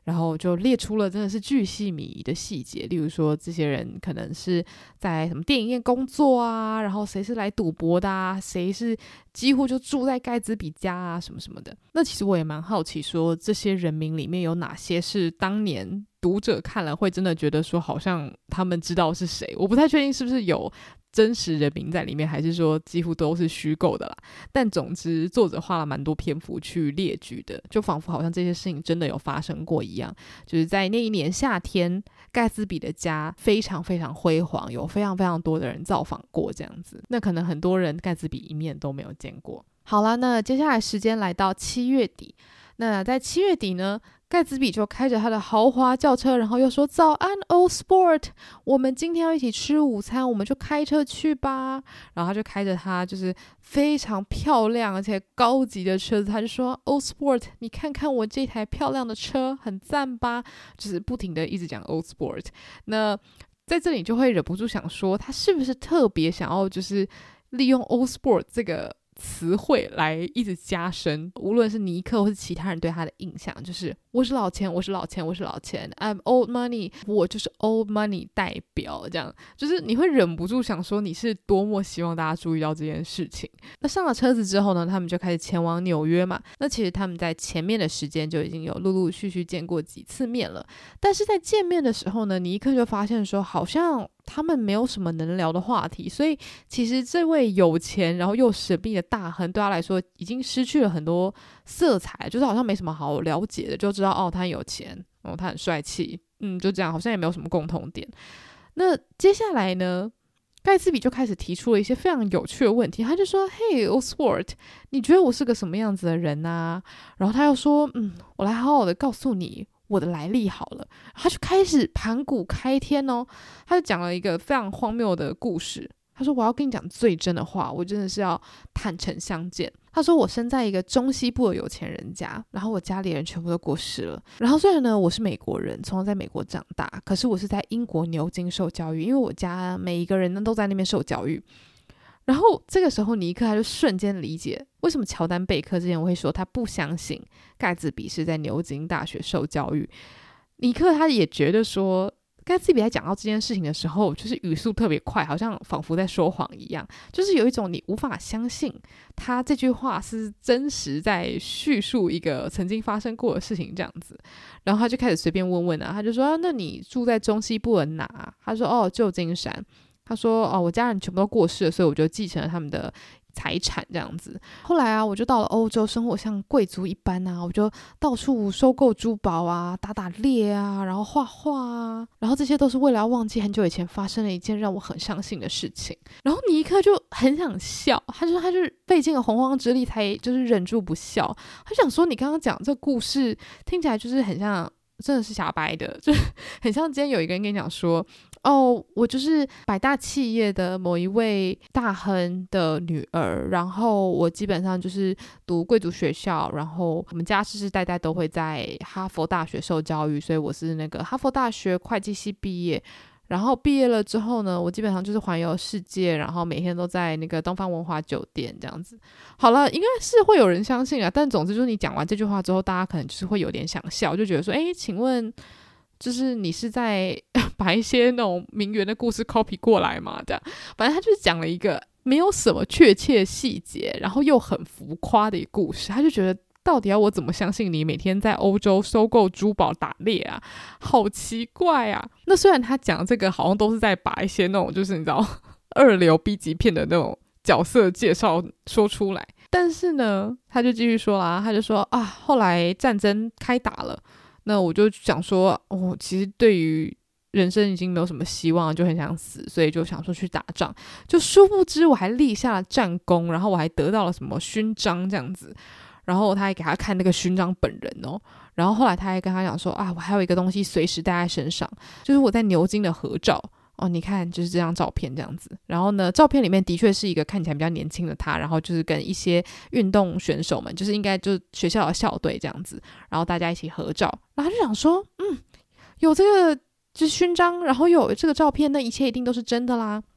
然后就列出了真的是巨细靡遗的细节，例如说这些人可能是在什么电影业工作啊，然后谁是来赌博的啊，谁是几乎就住在盖茨比家啊什么什么的。那其实我也蛮好奇说这些人名里面有哪些是当年读者看了会真的觉得说好像他们知道是谁，我不太确定是不是有真实人名在里面，还是说几乎都是虚构的啦。但总之作者花了蛮多篇幅去列举的，就仿佛好像这些事情真的有发生过一样。就是在那一年夏天，盖茨比的家非常非常辉煌，有非常非常多的人造访过这样子。那可能很多人盖茨比一面都没有见过。好啦，那接下来时间来到7月底，那在7月底呢，盖茨比就开着他的豪华轿车，然后又说早安 Old Sport， 我们今天要一起吃午餐，我们就开车去吧。然后他就开着他就是非常漂亮而且高级的车子，他就说 Old Sport， 你看看我这台漂亮的车很赞吧，就是不停的一直讲 Old Sport。 那在这里就会忍不住想说，他是不是特别想要就是利用 Old Sport 这个词汇来一直加深，无论是尼克或是其他人对他的印象，就是我是老钱，我是老钱，我是老钱 I'm old money， 我就是 old money 代表，这样就是你会忍不住想说你是多么希望大家注意到这件事情。那上了车子之后呢，他们就开始前往纽约嘛。那其实他们在前面的时间就已经有陆陆续续见过几次面了，但是在见面的时候呢，尼克就发现说好像他们没有什么能聊的话题，所以其实这位有钱然后又神秘的大亨对他来说已经失去了很多色彩，就是好像没什么好了解的，就知道哦他很有钱，哦他很帅气，就这样，好像也没有什么共同点。那接下来呢，盖茨比就开始提出了一些非常有趣的问题，他就说 Hey Old Sport， 你觉得我是个什么样子的人啊？然后他又说我来好好的告诉你我的来历好了。他就开始盘古开天哦，他就讲了一个非常荒谬的故事。他说我要跟你讲最真的话，我真的是要坦诚相见。他说我生在一个中西部的有钱人家，然后我家里人全部都过世了，然后虽然呢我是美国人，从小在美国长大，可是我是在英国牛津受教育，因为我家每一个人呢都在那边受教育。然后这个时候尼克他就瞬间理解为什么乔丹贝克之前会说他不相信盖茨比是在牛津大学受教育。尼克他也觉得说盖茨比在讲到这件事情的时候，就是语速特别快，好像仿佛在说谎一样，就是有一种你无法相信他这句话是真实在叙述一个曾经发生过的事情这样子。然后他就开始随便问他就说那你住在中西部的哪？他说旧金山。他说我家人全部都过世了，所以我就继承了他们的财产这样子。后来我就到了欧洲，生活像贵族一般啊，我就到处收购珠宝啊，打猎啊，然后画画啊，然后这些都是为了要忘记很久以前发生了一件让我很伤心的事情。然后尼克就很想笑，他就费尽了洪荒之力才就是忍住不笑。他想说你刚刚讲这故事听起来就是很像真的是瞎掰的，就很像今天有一个人跟你讲说我就是百大企业的某一位大亨的女儿，然后我基本上就是读贵族学校，然后我们家世世代代都会在哈佛大学受教育，所以我是那个哈佛大学会计系毕业。然后毕业了之后呢，我基本上就是环游世界，然后每天都在那个东方文华酒店这样子。好了，应该是会有人相信啊，但总之就是你讲完这句话之后，大家可能就是会有点想笑，就觉得说请问就是你是在把一些那种名媛的故事 copy 过来嘛？这样，反正他就是讲了一个没有什么确切细节，然后又很浮夸的一个故事。他就觉得到底要我怎么相信你每天在欧洲收购珠宝打猎啊，好奇怪啊。那虽然他讲这个好像都是在把一些那种就是你知道二流 B 级片的那种角色介绍说出来，但是呢他就继续说啦，他就说后来战争开打了，那我就想说其实对于人生已经没有什么希望，就很想死，所以就想说去打仗，就殊不知我还立下了战功，然后我还得到了什么勋章这样子。然后他还给他看那个勋章本人然后后来他还跟他讲说我还有一个东西随时带在身上，就是我在牛津的合照你看就是这张照片这样子。然后呢照片里面的确是一个看起来比较年轻的他，然后就是跟一些运动选手们，就是应该就是学校的校队这样子，然后大家一起合照。然后他就想说有这个就是勋章，然后有这个照片，那一切一定都是真的啦。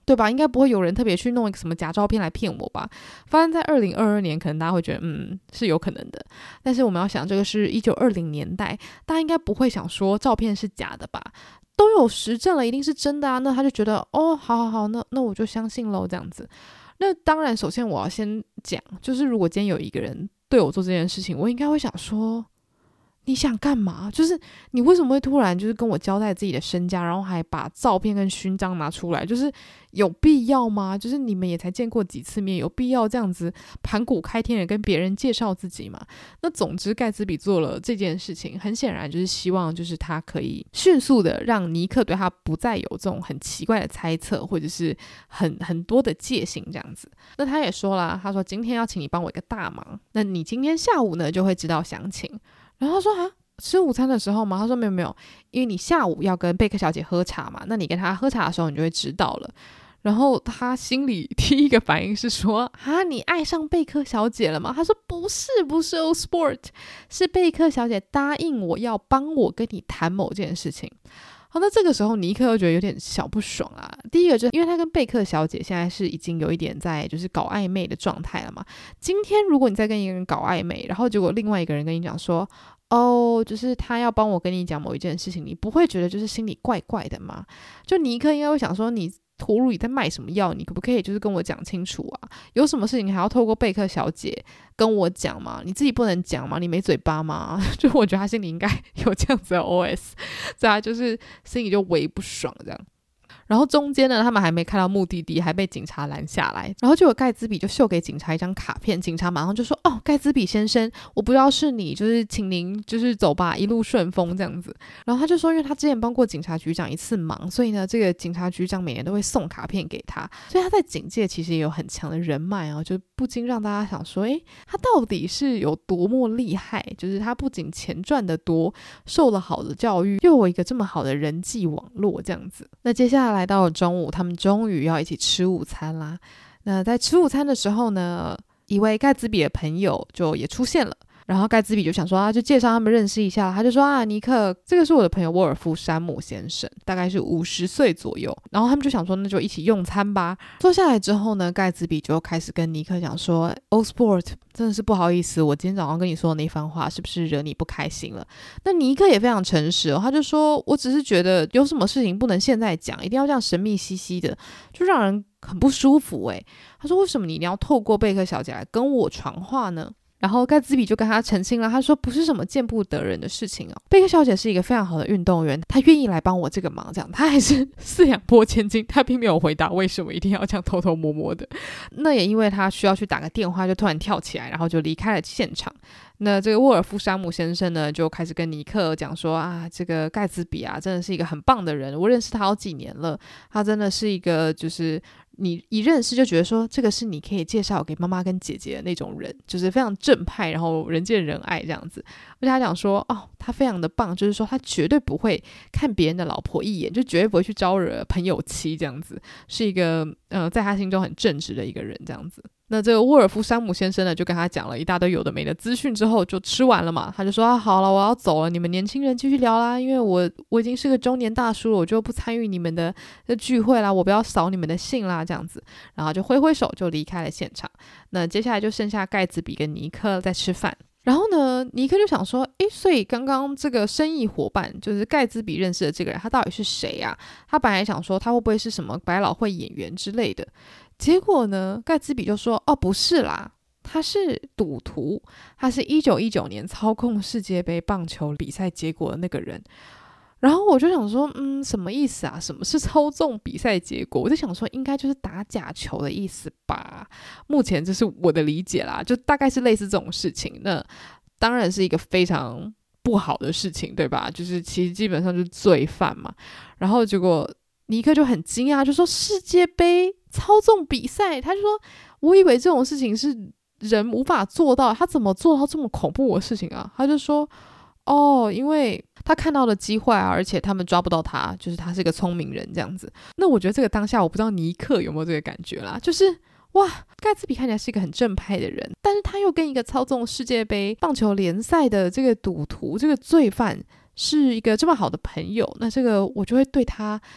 对吧？应该不会有人特别去弄一个什么假照片来骗我吧？发生在2022年，可能大家会觉得是有可能的，但是我们要想这个是1920年代，大家应该不会想说照片是假的吧？都有实证了，一定是真的啊。那他就觉得好，那我就相信咯，这样子。那当然首先我要先讲，就是如果今天有一个人对我做这件事情，我应该会想说，你想干嘛？就是你为什么会突然就是跟我交代自己的身家，然后还把照片跟勋章拿出来，就是有必要吗？就是你们也才见过几次面，有必要这样子盘古开天的跟别人介绍自己吗？那总之盖茨比做了这件事情，很显然就是希望就是他可以迅速的让尼克对他不再有这种很奇怪的猜测，或者是很多的戒心这样子。那他也说了，他说今天要请你帮我一个大忙，那你今天下午呢就会知道详情。然后他说吃午餐的时候吗？他说没有，因为你下午要跟贝克小姐喝茶嘛，那你跟她喝茶的时候你就会知道了。然后他心里第一个反应是说你爱上贝克小姐了吗？他说不是 Old Sport， 是贝克小姐答应我要帮我跟你谈某件事情。好，那这个时候尼克又觉得有点小不爽啊。第一个就是因为他跟贝克小姐现在是已经有一点在就是搞暧昧的状态了嘛。今天如果你在跟一个人搞暧昧，然后结果另外一个人跟你讲说就是他要帮我跟你讲某一件事情，你不会觉得就是心里怪怪的吗？就尼克应该会想说，你葫芦里在卖什么药？你可不可以就是跟我讲清楚啊？有什么事情还要透过贝克小姐跟我讲吗？你自己不能讲吗？你没嘴巴吗？就我觉得他心里应该有这样子的 OS， 所以他就是心里就微不爽这样。然后中间呢，他们还没看到目的地，还被警察拦下来，然后就有盖茨比就秀给警察一张卡片，警察马上就说盖茨比先生，我不知道是你，就是请您就是走吧，一路顺风这样子。然后他就说因为他之前帮过警察局长一次忙，所以呢这个警察局长每年都会送卡片给他，所以他在警界其实也有很强的人脉就不禁让大家想说他到底是有多么厉害，就是他不仅钱赚得多，受了好的教育，又有一个这么好的人际网络这样子。那接下来到了中午，他们终于要一起吃午餐啦。那在吃午餐的时候呢，一位盖茨比的朋友就也出现了，然后盖茨比就想说就介绍他们认识一下，他就说尼克，这个是我的朋友沃尔夫山姆先生，大概是50岁左右。然后他们就想说那就一起用餐吧。坐下来之后呢，盖茨比就开始跟尼克讲说Old Sport， 真的是不好意思，我今天早上跟你说的那番话是不是惹你不开心了？那尼克也非常诚实他就说我只是觉得有什么事情不能现在讲，一定要这样神秘兮兮的，就让人很不舒服他说为什么你一定要透过贝克小姐来跟我传话呢？然后盖茨比就跟他澄清了，他说不是什么见不得人的事情贝克小姐是一个非常好的运动员，她愿意来帮我这个忙，这样她还是四两拨千斤，她并没有回答为什么一定要这样偷偷摸摸的。那也因为她需要去打个电话，就突然跳起来，然后就离开了现场。那这个沃尔夫山姆先生呢，就开始跟尼克讲说这个盖茨比真的是一个很棒的人，我认识他好几年了，他真的是一个就是你一认识就觉得说这个是你可以介绍给妈妈跟姐姐的那种人，就是非常正派，然后人见人爱这样子。而且他讲说他非常的棒，就是说他绝对不会看别人的老婆一眼，就绝对不会去招惹朋友妻这样子，是一个在他心中很正直的一个人这样子。那这个沃尔夫山姆先生呢，就跟他讲了一大堆有的没的资讯之后，就吃完了嘛。他就说好了，我要走了，你们年轻人继续聊啦，因为我已经是个中年大叔了，我就不参与你们的聚会啦，我不要扫你们的兴啦，这样子。然后就挥挥手就离开了现场。那接下来就剩下盖茨比跟尼克在吃饭。然后呢，尼克就想说所以刚刚这个生意伙伴就是盖茨比认识的这个人，他到底是谁啊？他本来想说他会不会是什么百老汇演员之类的，结果呢盖茨比就说不是啦，他是赌徒，他是1919年操控世界杯棒球比赛结果的那个人。然后我就想说什么意思啊？什么是操纵比赛结果？我就想说应该就是打假球的意思吧，目前这是我的理解啦，就大概是类似这种事情。那当然是一个非常不好的事情，对吧？就是其实基本上就是罪犯嘛。然后结果尼克就很惊讶，就说世界杯操纵比赛，他就说我以为这种事情是人无法做到，他怎么做到这么恐怖的事情啊？他就说因为他看到了机会而且他们抓不到他，就是他是个聪明人这样子。那我觉得这个当下我不知道尼克有没有这个感觉啦，就是哇，盖茨比看起来是一个很正派的人，但是他又跟一个操纵世界杯棒球联赛的这个赌徒，这个罪犯是一个这么好的朋友，那这个我就会对他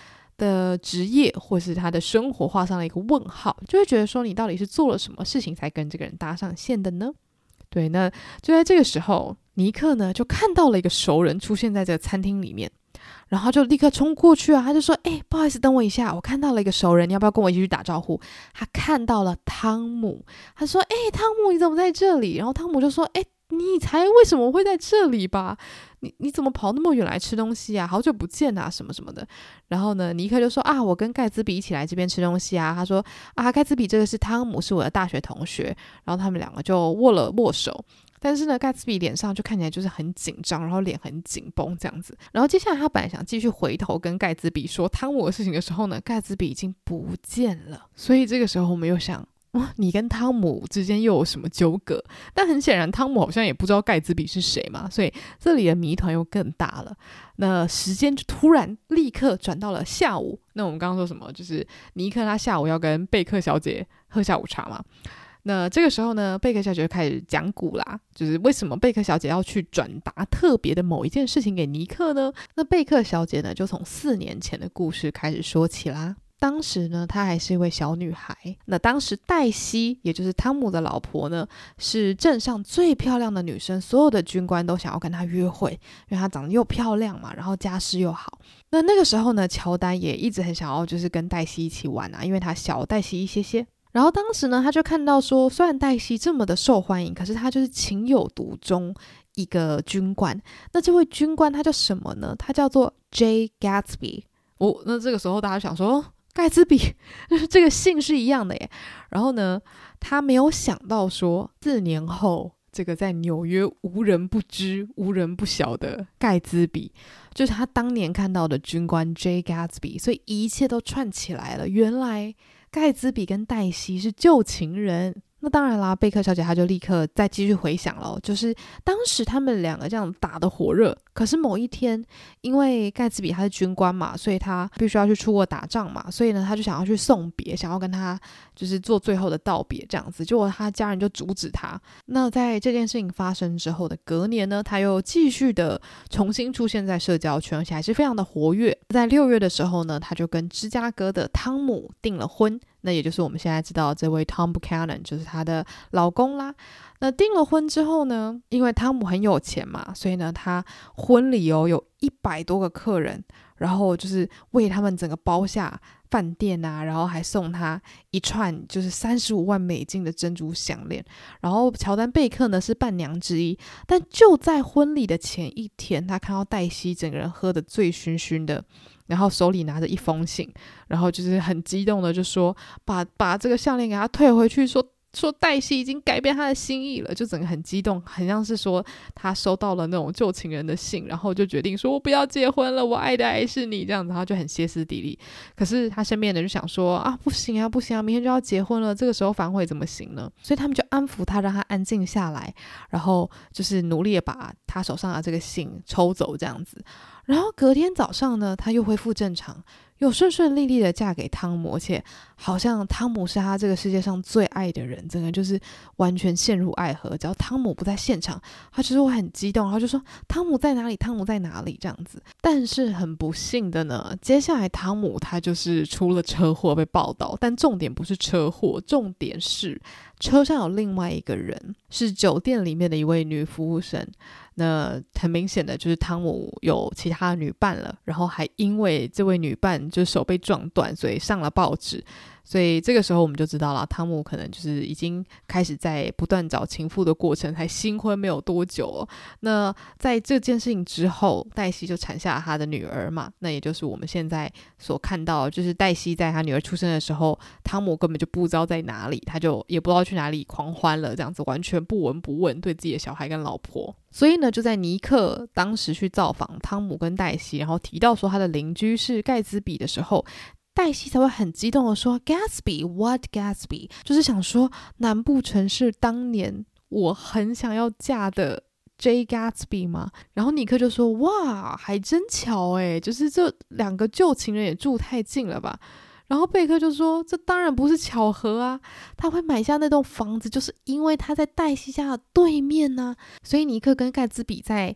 的职业或是他的生活画上了一个问号，就会觉得说你到底是做了什么事情才跟这个人搭上线的呢？对，那就在这个时候，尼克呢就看到了一个熟人出现在这个餐厅里面，然后就立刻冲过去啊，他就说不好意思等我一下，我看到了一个熟人，你要不要跟我一起去打招呼？他看到了汤姆，他说汤姆你怎么在这里？然后汤姆就说你才为什么会在这里吧？你怎么跑那么远来吃东西啊？好久不见啊，什么什么的。然后呢，尼克就说我跟盖茨比一起来这边吃东西啊。他说盖茨比这个是汤姆，是我的大学同学。然后他们两个就握手。但是呢，盖茨比脸上就看起来就是很紧张，然后脸很紧绷这样子。然后接下来他本来想继续回头跟盖茨比说汤姆的事情的时候呢，盖茨比已经不见了。所以这个时候我们又想，你跟汤姆之间又有什么纠葛？但很显然汤姆好像也不知道盖茨比是谁嘛，所以这里的谜团又更大了。那时间就突然立刻转到了下午。那我们刚刚说什么？就是尼克他下午要跟贝克小姐喝下午茶嘛。那这个时候呢，贝克小姐就开始讲古啦，就是为什么贝克小姐要去转达特别的某一件事情给尼克呢？那贝克小姐呢，就从4年前的故事开始说起啦。当时呢，她还是一位小女孩。那当时黛西，也就是汤姆的老婆呢，是镇上最漂亮的女生，所有的军官都想要跟她约会，因为她长得又漂亮嘛，然后家世又好。那个时候呢，乔丹也一直很想要就是跟黛西一起玩啊，因为他小黛西一些些。然后当时呢，他就看到说，虽然黛西这么的受欢迎，可是他就是情有独钟一个军官。那这位军官他叫什么呢？他叫做 Jay Gatsby。那这个时候大家想说，盖茨比这个姓是一样的耶。然后呢，他没有想到说4年后，这个在纽约无人不知无人不晓的盖茨比，就是他当年看到的军官 Jay Gatsby。所以一切都串起来了，原来盖茨比跟黛西是旧情人。那当然啦，贝克小姐她就立刻再继续回想了，就是当时他们两个这样打得火热，可是某一天，因为盖茨比他是军官嘛，所以他必须要去出国打仗嘛，所以呢他就想要去送别，想要跟他就是做最后的道别这样子。结果他家人就阻止他。那在这件事情发生之后的隔年呢，他又继续的重新出现在社交圈，而且还是非常的活跃。在6月的时候呢，他就跟芝加哥的汤姆订了婚，那也就是我们现在知道这位 Tom Buchanan 就是她的老公啦。那订了婚之后呢，因为汤姆很有钱嘛，所以呢他婚礼有100多个客人，然后就是为他们整个包下饭店啊，然后还送他一串就是35万美金的珍珠项链。然后乔丹贝克呢是伴娘之一，但就在婚礼的前一天，他看到黛西整个人喝得醉醺醺的，然后手里拿着一封信，然后就是很激动的就说把这个项链给他退回去，说黛西已经改变他的心意了，就整个很激动，很像是说他收到了那种旧情人的信，然后就决定说我不要结婚了，我爱的还是你这样子，他就很歇斯底里。可是他身边的人就想说不行啊，明天就要结婚了，这个时候反悔怎么行呢？所以他们就安抚他，让他安静下来，然后就是努力的把他手上的这个信抽走这样子。然后隔天早上呢，他又恢复正常，又顺顺利利的嫁给汤姆，而且好像汤姆是他这个世界上最爱的人，整个就是完全陷入爱河。只要汤姆不在现场，他就是会很激动，然后就说汤姆在哪里，汤姆在哪里这样子。但是很不幸的呢，接下来汤姆他就是出了车祸被报道，但重点不是车祸，重点是车上有另外一个人，是酒店里面的一位女服务生。那很明显的就是汤姆有其他的女伴了，然后还因为这位女伴就手被撞断，所以上了报纸。所以这个时候我们就知道了，汤姆可能就是已经开始在不断找情妇的过程，才新婚没有多久哦。那在这件事情之后，黛西就产下了她的女儿嘛，那也就是我们现在所看到，就是黛西在她女儿出生的时候，汤姆根本就不知道在哪里，他就也不知道去哪里狂欢了，这样子完全不闻不问对自己的小孩跟老婆。所以呢，就在尼克当时去造访汤姆跟黛西，然后提到说他的邻居是盖茨比的时候，黛西才会很激动的说 Gatsby what Gatsby， 就是想说难不成是当年我很想要嫁的 Jay Gatsby 吗？然后尼克就说哇还真巧耶，就是这2个旧情人也住太近了吧。然后贝克就说这当然不是巧合啊，他会买下那栋房子就是因为他在黛西家的对面啊。所以尼克跟盖茨比在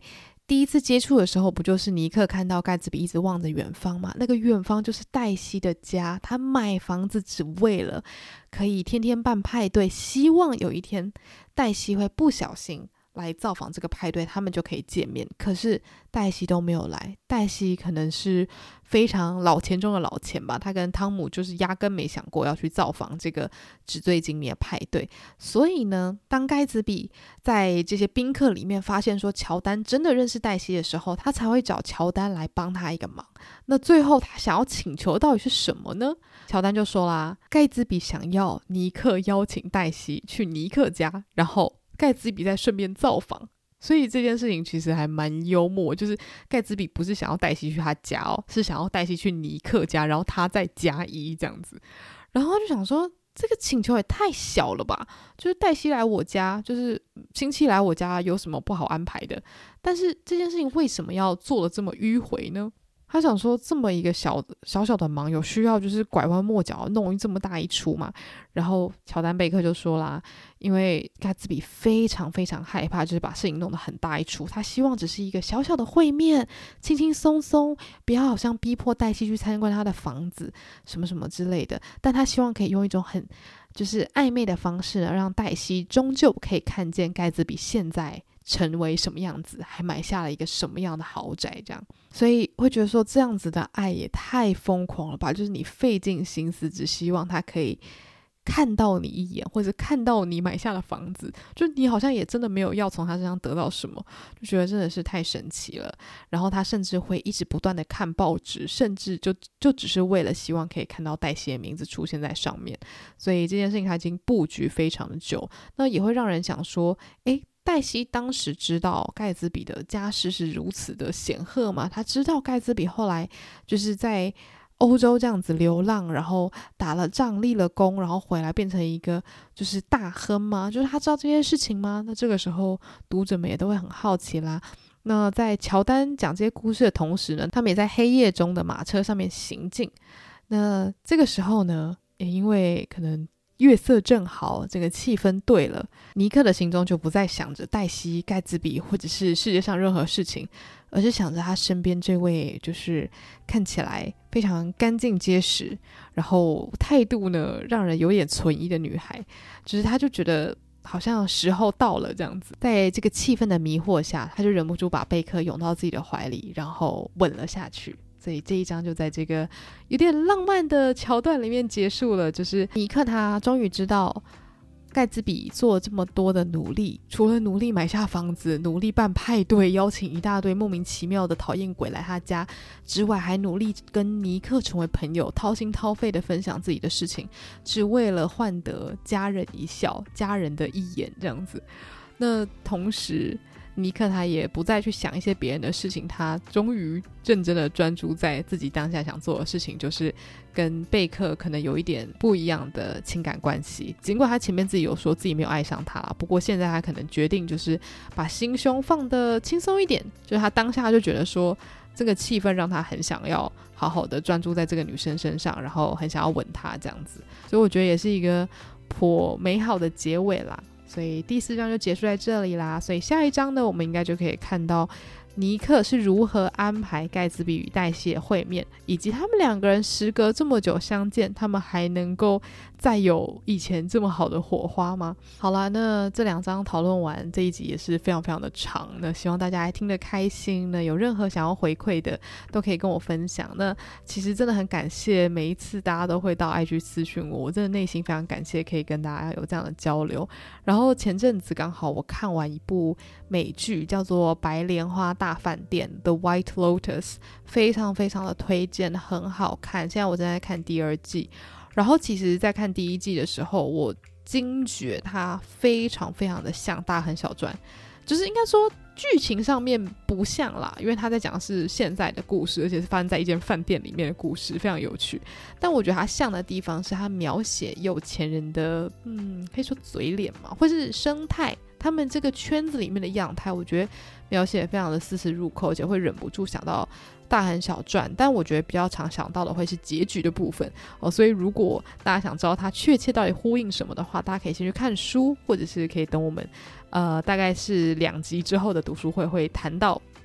第一次接触的时候，不就是尼克看到盖茨比一直望着远方吗？那个远方就是黛西的家，他买房子只为了可以天天办派对，希望有一天黛西会不小心来造访这个派对，他们就可以见面。可是黛西都没有来，黛西可能是非常老钱中的老钱吧，他跟汤姆就是压根没想过要去造访这个纸醉金迷的派对。所以呢，当盖茨比在这些宾客里面发现说乔丹真的认识黛西的时候，他才会找乔丹来帮他一个忙。那最后他想要请求到底是什么呢？乔丹就说啦，盖茨比想要尼克邀请黛西去尼克家，然后盖茨比再顺便造访。所以这件事情其实还蛮幽默，就是盖茨比不是想要黛西去他家哦，是想要黛西去尼克家，然后他再加一这样子。然后他就想说，这个请求也太小了吧，就是黛西来我家，就是亲戚来我家，有什么不好安排的？但是这件事情为什么要做得这么迂回呢？他想说这么一个小小的忙，有需要就是拐弯抹角弄这么大一出嘛？然后乔丹贝克就说啦，因为盖茨比非常非常害怕，就是把事情弄得很大一出，他希望只是一个小小的会面，轻轻松松，不要好像逼迫黛西去参观他的房子什么什么之类的，但他希望可以用一种很就是暧昧的方式呢，让黛西终究可以看见盖茨比现在成为什么样子，还买下了一个什么样的豪宅这样。所以会觉得说这样子的爱也太疯狂了吧，就是你费尽心思只希望他可以看到你一眼，或者看到你买下的房子，就你好像也真的没有要从他身上得到什么，就觉得真的是太神奇了。然后他甚至会一直不断的看报纸，甚至就只是为了希望可以看到黛西的名字出现在上面。所以这件事情他已经布局非常的久，那也会让人想说，黛西当时知道盖茨比的家世是如此的显赫吗？他知道盖茨比后来就是在欧洲这样子流浪，然后打了仗立了功，然后回来变成一个就是大亨吗？就是他知道这件事情吗？那这个时候读者们也都会很好奇啦。那在乔丹讲这些故事的同时呢，他们也在黑夜中的马车上面行进。那这个时候呢，也因为可能月色正好，这个气氛对了，尼克的心中就不再想着黛西、盖茨比或者是世界上任何事情，而是想着他身边这位就是看起来非常干净结实，然后态度呢让人有点存疑的女孩。就是他就觉得好像时候到了这样子，在这个气氛的迷惑下，他就忍不住把贝克拥到自己的怀里，然后吻了下去。所以这一章就在这个有点浪漫的桥段里面结束了，就是尼克他终于知道盖茨比做了这么多的努力，除了努力买下房子，努力办派对，邀请一大堆莫名其妙的讨厌鬼来他家之外，还努力跟尼克成为朋友，掏心掏肺的分享自己的事情，只为了换得家人一笑，家人的一眼这样子。那同时尼克他也不再去想一些别人的事情，他终于认真的专注在自己当下想做的事情，就是跟贝克可能有一点不一样的情感关系。尽管他前面自己有说自己没有爱上他啦，不过现在他可能决定就是把心胸放得轻松一点，就是他当下就觉得说这个气氛让他很想要好好的专注在这个女生身上，然后很想要吻她这样子。所以我觉得也是一个颇美好的结尾啦。所以第4章就结束在这里啦。所以下一章呢，我们应该就可以看到尼克是如何安排盖茨比与黛西的会面，以及他们两个人时隔这么久相见，他们还能够再有以前这么好的火花吗？好啦，那这2章讨论完，这一集也是非常非常的长，那希望大家还听得开心呢。有任何想要回馈的都可以跟我分享。那其实真的很感谢每一次大家都会到 IG 私讯我，我真的内心非常感谢可以跟大家有这样的交流。然后前阵子刚好我看完一部美剧叫做《白莲花大饭店》 The White Lotus， 非常非常的推荐，很好看。现在我正在看第2季，然后其实在看第1季的时候，我惊觉它非常非常的像大亨小传，就是应该说剧情上面不像啦，因为他在讲的是现在的故事，而且是发生在一间饭店里面的故事，非常有趣。但我觉得他像的地方是他描写有钱人的可以说嘴脸嘛，或是生态，他们这个圈子里面的样态，我觉得描写非常的丝丝入扣，而且会忍不住想到大亨小传。但我觉得比较常想到的会是结局的部分所以如果大家想知道它确切到底呼应什么的话，大家可以先去看书，或者是可以等我们大概是2集之后的读书会谈到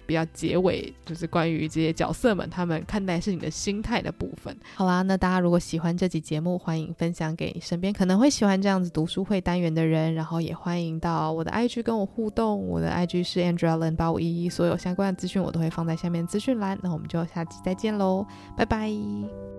比较结尾，就是关于这些角色们他们看待事情的心态的部分。好啦，那大家如果喜欢这集节目，欢迎分享给你身边可能会喜欢这样子读书会单元的人，然后也欢迎到我的 IG 跟我互动，我的 IG 是 AndreaLen8511，所有相关的资讯我都会放在下面资讯栏。那我们就下期再见咯，拜拜。